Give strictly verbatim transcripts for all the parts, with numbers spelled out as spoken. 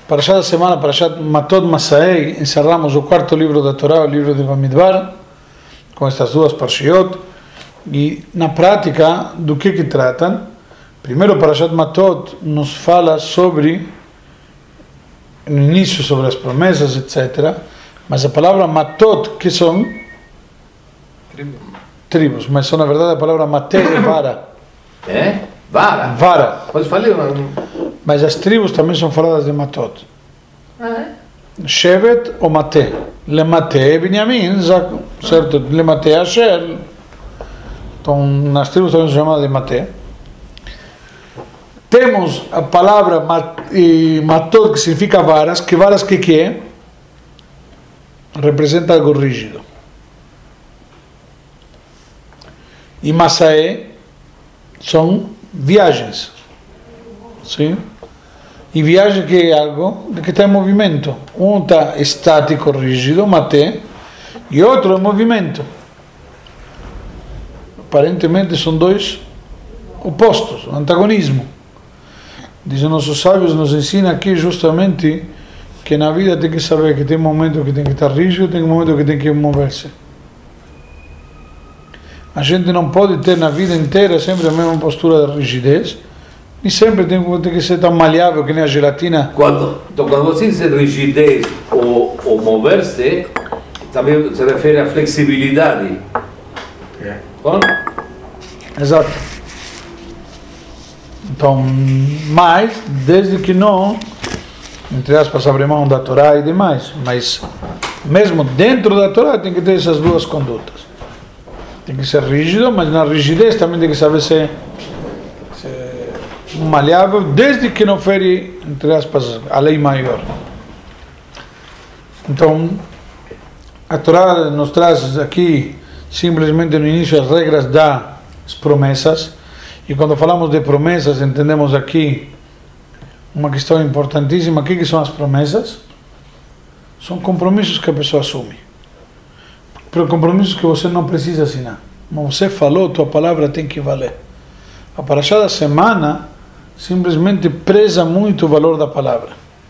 Parashat da semana, Parashat Matot Masaei, encerramos o quarto livro da Torá, o livro de Bamidbar, com estas duas Parshiot, e na prática, do que que tratam? Primeiro, Parashat Matot nos fala sobre, no início, sobre as promessas, etcétera, mas a palavra Matot, que são? Tribos. Tribos, mas são na verdade a palavra Mate e Vara. É? Vara? Vara. Pode falar? Mas as tribos também são faladas de Matot. Ah, é? Shevet ou Mate. Lemate Benjamin, certo? Lemate Asher. Então, nas tribos também são chamadas de Mate. Temos a palavra Matot, que significa varas. Que varas que que é? Representa algo rígido. E Masaé são viagens. Sim? E viagem que é algo que está em movimento. Um está estático, rígido, mate, e outro em movimento. Aparentemente são dois opostos, antagonismo. Dizem nossos sábios, nos ensina aqui justamente que na vida tem que saber que tem momento que tem que estar rígido, tem momento que tem que mover-se. A gente não pode ter na vida inteira sempre a mesma postura de rigidez, e sempre tem, tem que ser tão maleável que nem a gelatina. Quando, então, quando você diz rigidez ou, ou mover-se, também se refere à flexibilidade. É. Bom? Exato. Então, mas, desde que não, entre aspas, abrir mão da Torá e demais, mas mesmo dentro da Torá tem que ter essas duas condutas. Tem que ser rígido, mas na rigidez também tem que saber ser, ser maleável, desde que não fere, entre aspas, a lei maior. Então, a Torá nos traz aqui, simplesmente no início, as regras das promessas. E quando falamos de promessas, entendemos aqui uma questão importantíssima. O que são as promessas? São compromissos que a pessoa assume. Para compromissos que você não precisa assinar. Mas você falou, tua palavra tem que valer. A Parashá da semana simplesmente preza muito o valor da palavra.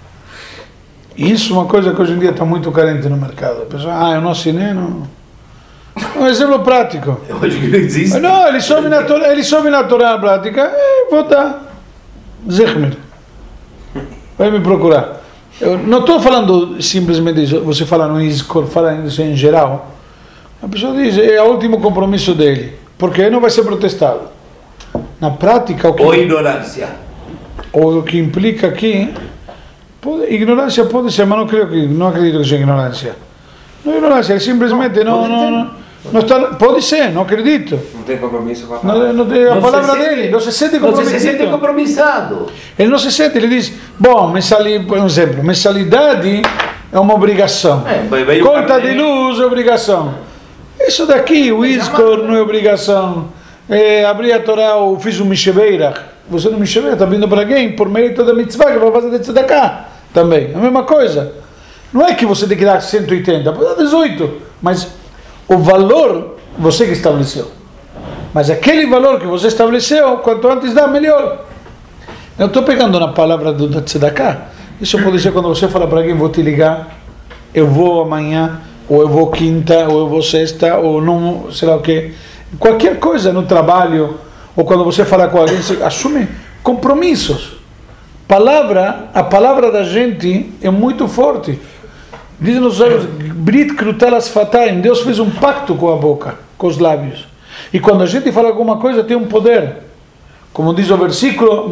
E isso é uma coisa que hoje em dia está muito carente no mercado. A pessoa, ah, eu não assinei, não. Um exemplo prático. Hoje que não existe. Não, ele soube na Torá, ele soube na Torá na prática, eh, vou dar. Zechmer. Vai me procurar. Eu não estou falando simplesmente isso, você fala no Iskor, fala isso em geral. A pessoa diz, é o último compromisso dele, porque não vai ser protestado. Na prática, o que... Ou ignorância. Ou o que implica aqui, pode, ignorância pode ser, mas não, creio que, não acredito que seja ignorância. Não é ignorância, é simplesmente não, não, não, não está, pode ser, não acredito. Não tem compromisso com a palavra. Não, não tem a não palavra se dele, sente, não se sente não comprometido. se sente compromissado. Ele não se sente, ele diz, bom, mensalidade, por exemplo, mensalidade é uma obrigação. É, vai, vai Conta de luz é obrigação. Isso daqui, o Iskor não é obrigação. É, abrir a Torá, eu fiz um Mishebeirach. Você no Mishebeirach está vindo para alguém por mérito da mitzvah que vai fazer de tzedakah também. A mesma coisa. Não é que você tem que dar cento e oitenta, pode dar dezoito. Mas o valor você que estabeleceu. Mas aquele valor que você estabeleceu, quanto antes dá, melhor. Eu estou pegando na palavra do da tzedakah. Isso pode ser quando você fala para alguém, vou te ligar, eu vou amanhã, ou eu vou quinta, ou eu vou sexta, ou não, sei lá o quê. Qualquer coisa no trabalho, ou quando você fala com alguém, você assume compromissos. Palavra, a palavra da gente é muito forte. Dizem os sábios, Brit Krutalas Fataim, Deus fez um pacto com a boca, com os lábios. E quando a gente fala alguma coisa, tem um poder. Como diz o versículo,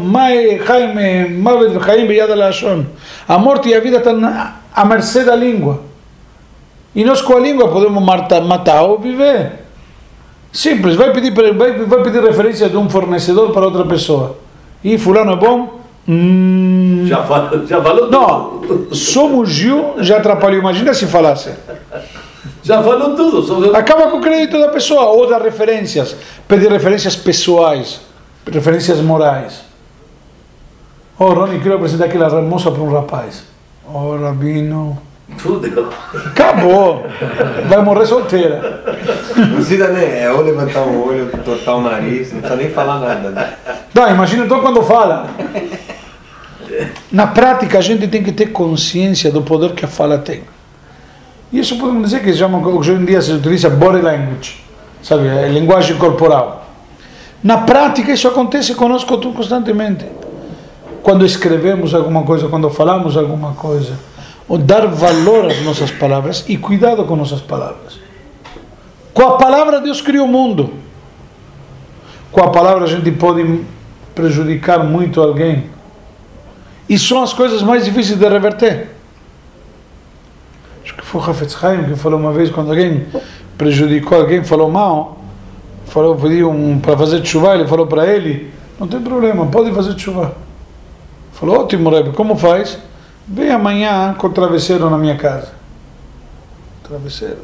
a morte e a vida estão à mercê da língua. E nós com a língua podemos matar, matar ou viver. Simples, vai pedir, vai, vai pedir referência de um fornecedor para outra pessoa. E fulano é bom? Hum... Já falou, já falou Não, tudo. somos Gil, já atrapalhou. Imagina se falasse. Já falou tudo. Só... Acaba com o crédito da pessoa, ou das referências. Pedir referências pessoais, referências morais. Oh, Rony, quero apresentar aquela moça para um rapaz. Oh, Rabino... Tudo. Acabou. Vai morrer solteira. Não precisa nem, é ou levantar o olho, tortar o nariz, não precisa nem falar nada. Né? Tá, imagina então quando fala. Na prática, a gente tem que ter consciência do poder que a fala tem. Isso podemos dizer que chama, hoje em dia se utiliza body language, sabe, a linguagem corporal. Na prática, isso acontece conosco constantemente. Quando escrevemos alguma coisa, quando falamos alguma coisa, ou dar valor às nossas palavras e cuidado com nossas palavras. Com a palavra Deus criou o mundo. Com a palavra a gente pode prejudicar muito alguém. E são as coisas mais difíceis de reverter. Acho que foi o Hafetz Haim que falou uma vez, quando alguém prejudicou alguém, falou mal, falou, pediu um, para fazer tshuva, ele falou para ele, não tem problema, pode fazer tshuva. Falou, ótimo, Rebbe, como faz? Vem amanhã com o travesseiro na minha casa. Travesseiro.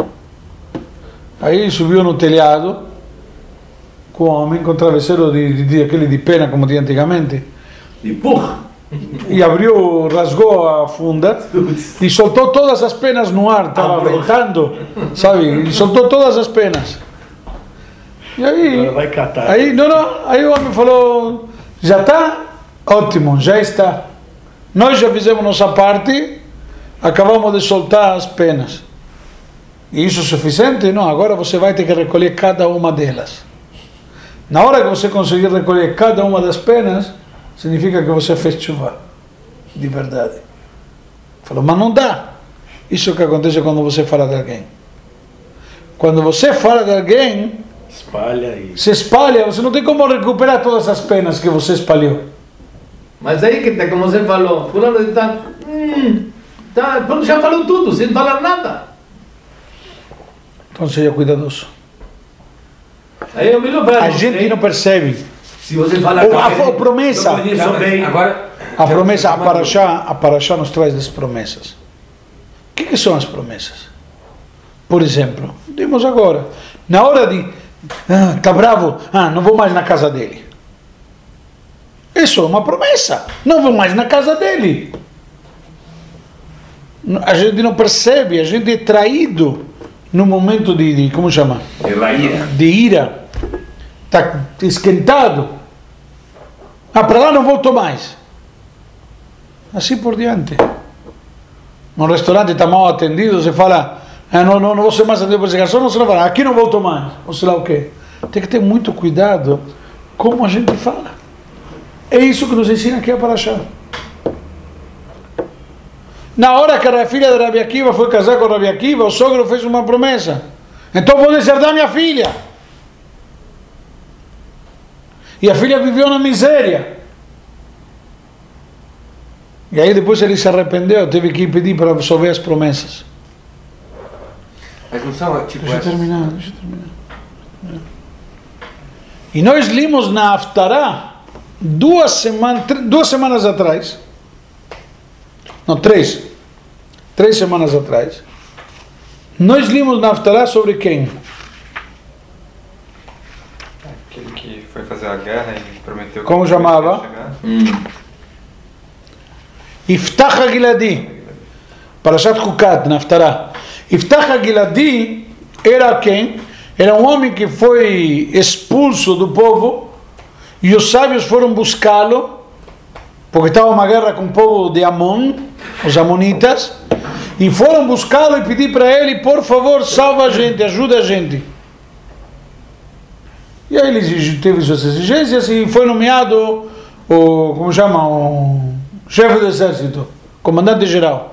Aí subiu no telhado, com o homem, com o travesseiro de, de, de, aquele de pena, como tinha antigamente. E porra! E abriu, rasgou a funda e soltou todas as penas no ar, estava ventando, sabe? E soltou todas as penas. E aí, vai catar. aí, não, não, aí o homem falou, já está? Ótimo, já está. Nós já fizemos nossa parte, acabamos de soltar as penas. E isso é suficiente? Não, agora você vai ter que recolher cada uma delas. Na hora que você conseguir recolher cada uma das penas, significa que você fez tshuva, de verdade. Falou, mas não dá. Isso é o que acontece quando você fala de alguém. Quando você fala de alguém, espalha e... se espalha, você não tem como recuperar todas as penas que você espalhou. Mas aí que tá, como você falou, fulano está, hum, tá, pronto, já falou tudo, sem falar nada. Então seja cuidadoso. Aí eu me lembro, A gente não percebe. se você fala Ou a, a promessa, eu conheço bem. Agora, a promessa, a Parashá, a Parashá nos traz as promessas. O que, que são as promessas? Por exemplo, dimos agora, na hora de, ah, tá bravo, ah, não vou mais na casa dele. Isso é uma promessa, não vou mais na casa dele. A gente não percebe, a gente é traído no momento de, de como chama? De ira. Está esquentado. Ah, para lá não volto mais. Assim por diante. No restaurante está mal atendido, você fala, ah, não, não, não vou ser mais atendido por esse garçom, não se fala, aqui não volto mais. Ou sei lá o quê. Tem que ter muito cuidado como a gente fala. É isso que nos ensina aqui a Parashá. Na hora que a filha de Rabi Akiva foi casar com Rabi Akiva, o sogro fez uma promessa. Então vou deserdar minha filha. E a filha viveu na miséria. E aí depois ele se arrependeu, teve que pedir para absorver as promessas. mas não são tipo Deixa eu essas. terminar, deixa eu terminar. E nós limos na Haftará duas semanas, duas semanas atrás, não, três, três semanas atrás, nós limos na Haftará sobre quem? Aquele que foi fazer a guerra e prometeu que Como depois chamava? ia chegar. Hum. Iftach HaGiladi, Parashat Chukat, na Haftará. Iftach HaGiladi era quem? Era um homem que foi expulso do povo e os sábios foram buscá-lo porque estava uma guerra com o povo de Amon, os amonitas, e foram buscá-lo e pedir para ele, por favor, salva a gente, ajuda a gente. E aí ele teve suas exigências e foi nomeado o, como chama, o chefe do exército, comandante geral.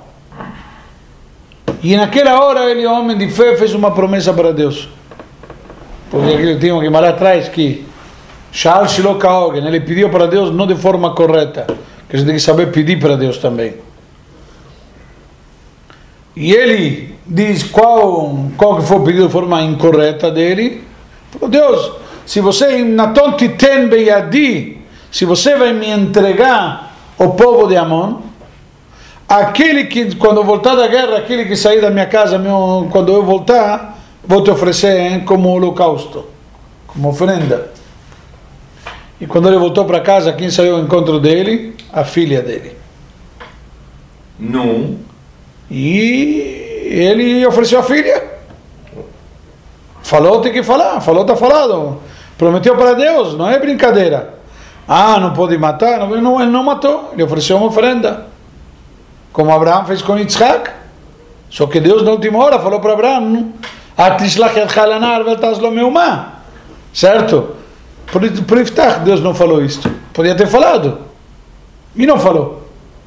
E naquela hora ele, homem de fé, fez uma promessa para Deus. Porque ele tinha que malhar atrás que Shaal Shiloh Kaogen, ele pediu para Deus não de forma correta, que a gente tem que saber pedir para Deus também. E ele diz qual, qual que foi o pedido de forma incorreta dele. Falou, Deus, se você naton titen beyadi, se você vai me entregar o povo de Amon, aquele que, quando voltar da guerra, aquele que sair da minha casa, meu, quando eu voltar, vou te oferecer hein, como holocausto, como oferenda. E quando ele voltou para casa, quem saiu ao encontro dele? A filha dele. Não. E ele ofereceu a filha. Falou, tem que falar. Falou, está falado. Prometeu para Deus, não é brincadeira. Ah, não pode matar? Não, não, ele não matou, ele ofereceu uma oferenda. Como Abraão fez com Yitzhak. Só que Deus na última hora falou para Abraão, certo? Por, por Iftach Deus não falou isto. Podia ter falado. E não falou.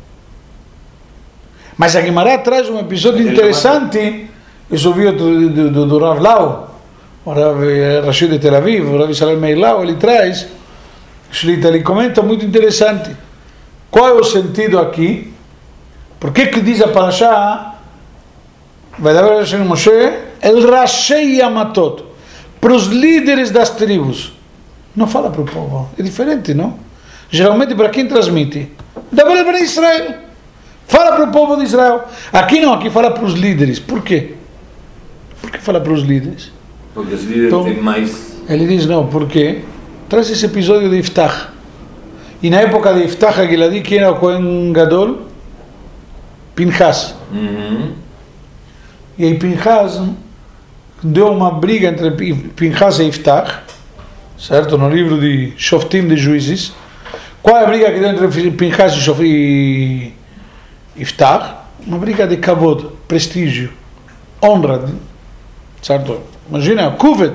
Mas a Guimarães traz um episódio interessante. Isso vi do, do, do, do Rav Lau, o Rav Rashid de Tel Aviv, o Rav Israel Meir Lau, ele traz, ele comenta muito interessante. Qual é o sentido aqui? Por que que diz a Parashá, vai dar a Moshe, El Rashei Yamatot, para os líderes das tribos. Não fala para o povo, é diferente, não? Geralmente para quem transmite? Dá para Israel. Fala para o povo de Israel. Aqui não, aqui fala para os líderes. Por quê? Por que fala para os líderes? Porque os líderes então, têm mais... Ele diz, não, por quê? Traz esse episódio de Iftach. E na época de Iftach Agiladi, quem era o Kohen Gadol? Pinchas. Uhum. E aí Pinchas deu uma briga entre Pinchas e Iftach, certo? No livro de Shoftim de Juízes. Qual é a briga que deu entre Pinchas e Iftach? Uma briga de kavod, prestígio, honra, certo? Imagina, Kuved.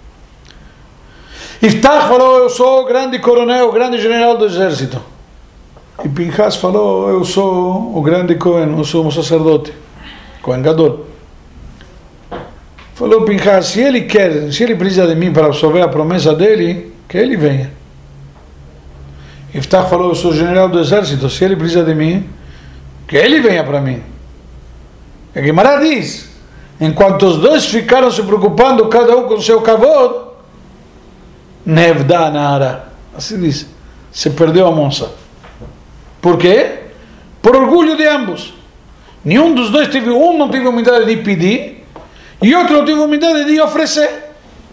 Iftach falou, eu sou o grande coronel, o grande general do exército. E Pinchas falou, eu sou o grande Cohen, eu sou um sacerdote, Cohen Gadol. Falou Pinchas, se ele quer, se ele precisa de mim para absorver a promessa dele, que ele venha. Iftach falou, eu sou o general do exército, se ele precisa de mim, que ele venha para mim. E Guimarães diz, enquanto os dois ficaram se preocupando, cada um com o seu kavod, Nevda Nara, assim diz, se perdeu a moça. Por quê? Por orgulho de ambos. Nenhum dos dois teve, um não teve humildade de pedir, e outro não teve humildade de oferecer.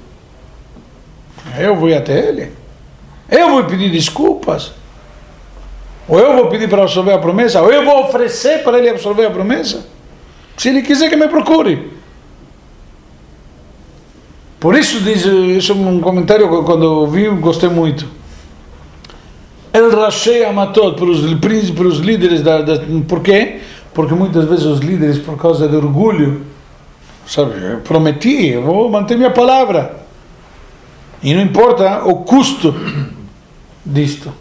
Eu vou até ele, eu vou pedir desculpas, ou eu vou pedir para absorver a promessa, ou eu vou oferecer para ele absorver a promessa. Se ele quiser que me procure. Por isso diz, isso é um comentário que quando eu vi gostei muito. El Rashei Amatot, para os príncipes, para os líderes da, da, por quê? Porque muitas vezes os líderes, por causa de orgulho, sabe, eu prometi, eu vou manter minha palavra. E não importa o custo disto.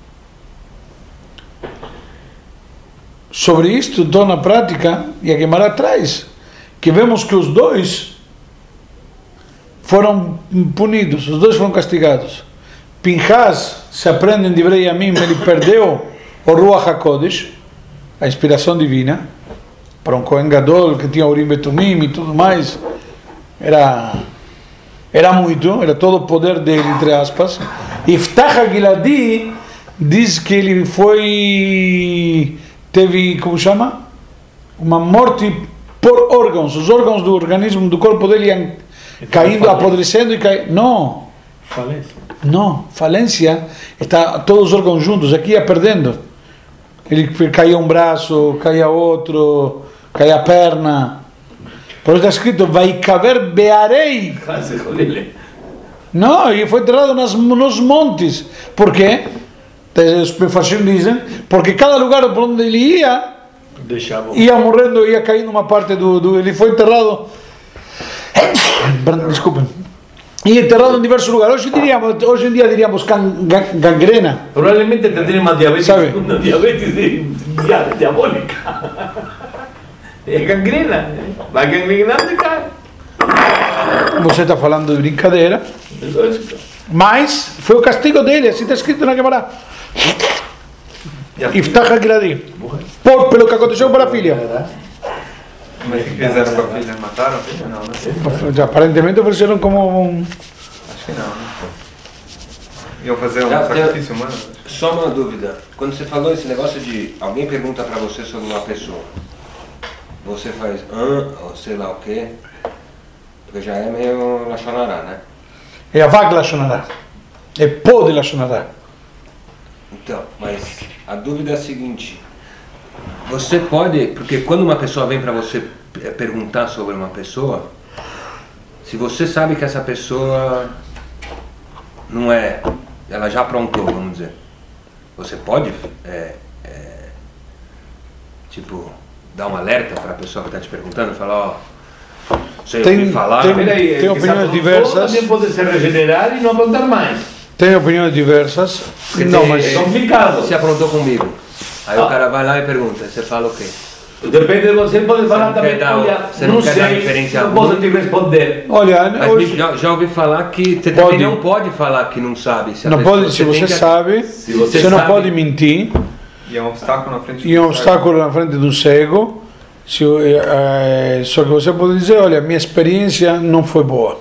Sobre isto, então, na prática, e a Guimarães traz, que vemos que os dois foram punidos, os dois foram castigados. Pinchas, se aprende em Divrei Yamim, ele perdeu o Ruach HaKodesh, a inspiração divina, para um Kohen Gadol que tinha Urim Betumim e tudo mais, era, era muito, era todo o poder dele, entre aspas. Iftach Agiladi diz que ele foi, teve, como chama? Uma morte por órgãos, os órgãos do organismo, do corpo dele iam caindo, apodrecendo e caindo. Não. Falência. Não, falência está todos os órgãos juntos, aqui ia perdendo. Ele caía um braço, caía outro, caía a perna. Por isso está escrito, vai caber bearei. Não, ele foi enterrado nas, nos montes. Por quê? Os mefarshim dizem, porque cada lugar por onde ele ia, deixava, ia morrendo, ia caindo uma parte do, do ele foi enterrado. Desculpem. E enterrado em diversos lugares. Hoje, diríamos, hoje em dia diríamos gangrena. Provavelmente ele tem uma diabetes, sabe? Uma diabetes diabólica. É gangrena. Vai gangrenando e cai. Você está falando de brincadeira. Mas foi o castigo dele, assim está escrito na Guimarães. Iftach Agiladi. Por pelo que aconteceu para a filha. Mas o que fizeram com a filha? Mataram a filha? Não, não sei. Aparentemente ofereceram como um... Acho que não, né? Iam fazer um Já, sacrifício humano? Só uma dúvida. Quando você falou esse negócio de alguém pergunta para você sobre uma pessoa, você faz ah, ou sei lá o quê, porque já é meio lachonará, né? É a vaga lachonará. É pode lachonará. Então, mas a dúvida é a seguinte. Você pode, porque quando uma pessoa vem para você perguntar sobre uma pessoa, se você sabe que essa pessoa não é, ela já aprontou, vamos dizer, você pode, é, é, tipo, dar um alerta para a pessoa que está te perguntando, falar, ó, sei Tem- o que falar, tem- Peraí, Tem que opiniões está falando diversas. todo, Também pode se regenerar e não apontar mais. Tem opiniões diversas. Porque Não, tem- mas É complicado. se aprontou comigo. Aí Ah. o cara vai lá e pergunta, você fala o quê? Depende de você, pode falar não também. quer dar- Olha, você não não quer dar sei, referência não alguma? posso te responder. olha, Mas hoje, já, já ouvi falar que você Pode. também não pode falar que não sabe. Se a não pessoa- pode, se tem você que- sabe, Se você você não sabe- pode mentir. E é um obstáculo na frente E é um do obstáculo na frente do cego. Se, eh, só que você pode dizer, olha, minha experiência não foi boa.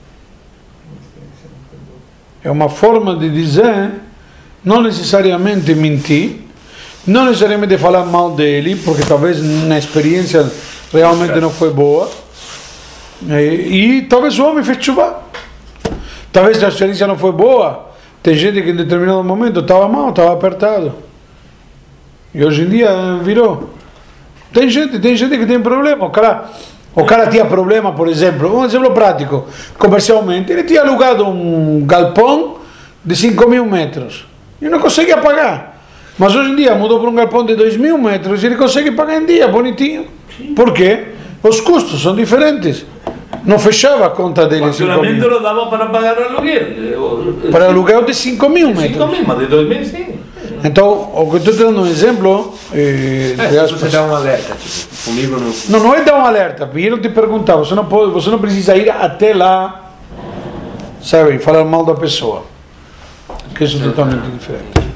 É uma forma de dizer, não necessariamente mentir, não necessariamente falar mal dele, porque talvez na experiência realmente não foi boa. E, e talvez o homem fez chuva. Talvez a experiência não foi boa. Tem gente que em determinado momento estava mal, estava apertado. E hoje em dia virou. Tem gente, tem gente que tem problema. O cara, o cara tinha problema, por exemplo, um exemplo prático, comercialmente, ele tinha alugado um galpão de cinco mil metros e não conseguia pagar. Mas hoje em dia mudou para um galpão de dois mil metros e ele consegue pagar em dia, bonitinho. Por quê? Os custos são diferentes. Não fechava a conta O dele em cinco funcionamento mil. não dava para pagar o aluguel. Eu- Para aluguel de cinco mil cinco metros. mil, mas de dois mil sim. Então, o que eu estou dando um exemplo, eh, É, entre se aspas, você dá um alerta, tipo, comigo não. não, não é dar um alerta, vieram te perguntar, você não pode, você não precisa ir até lá, sabe, falar mal da pessoa, que isso é totalmente diferente.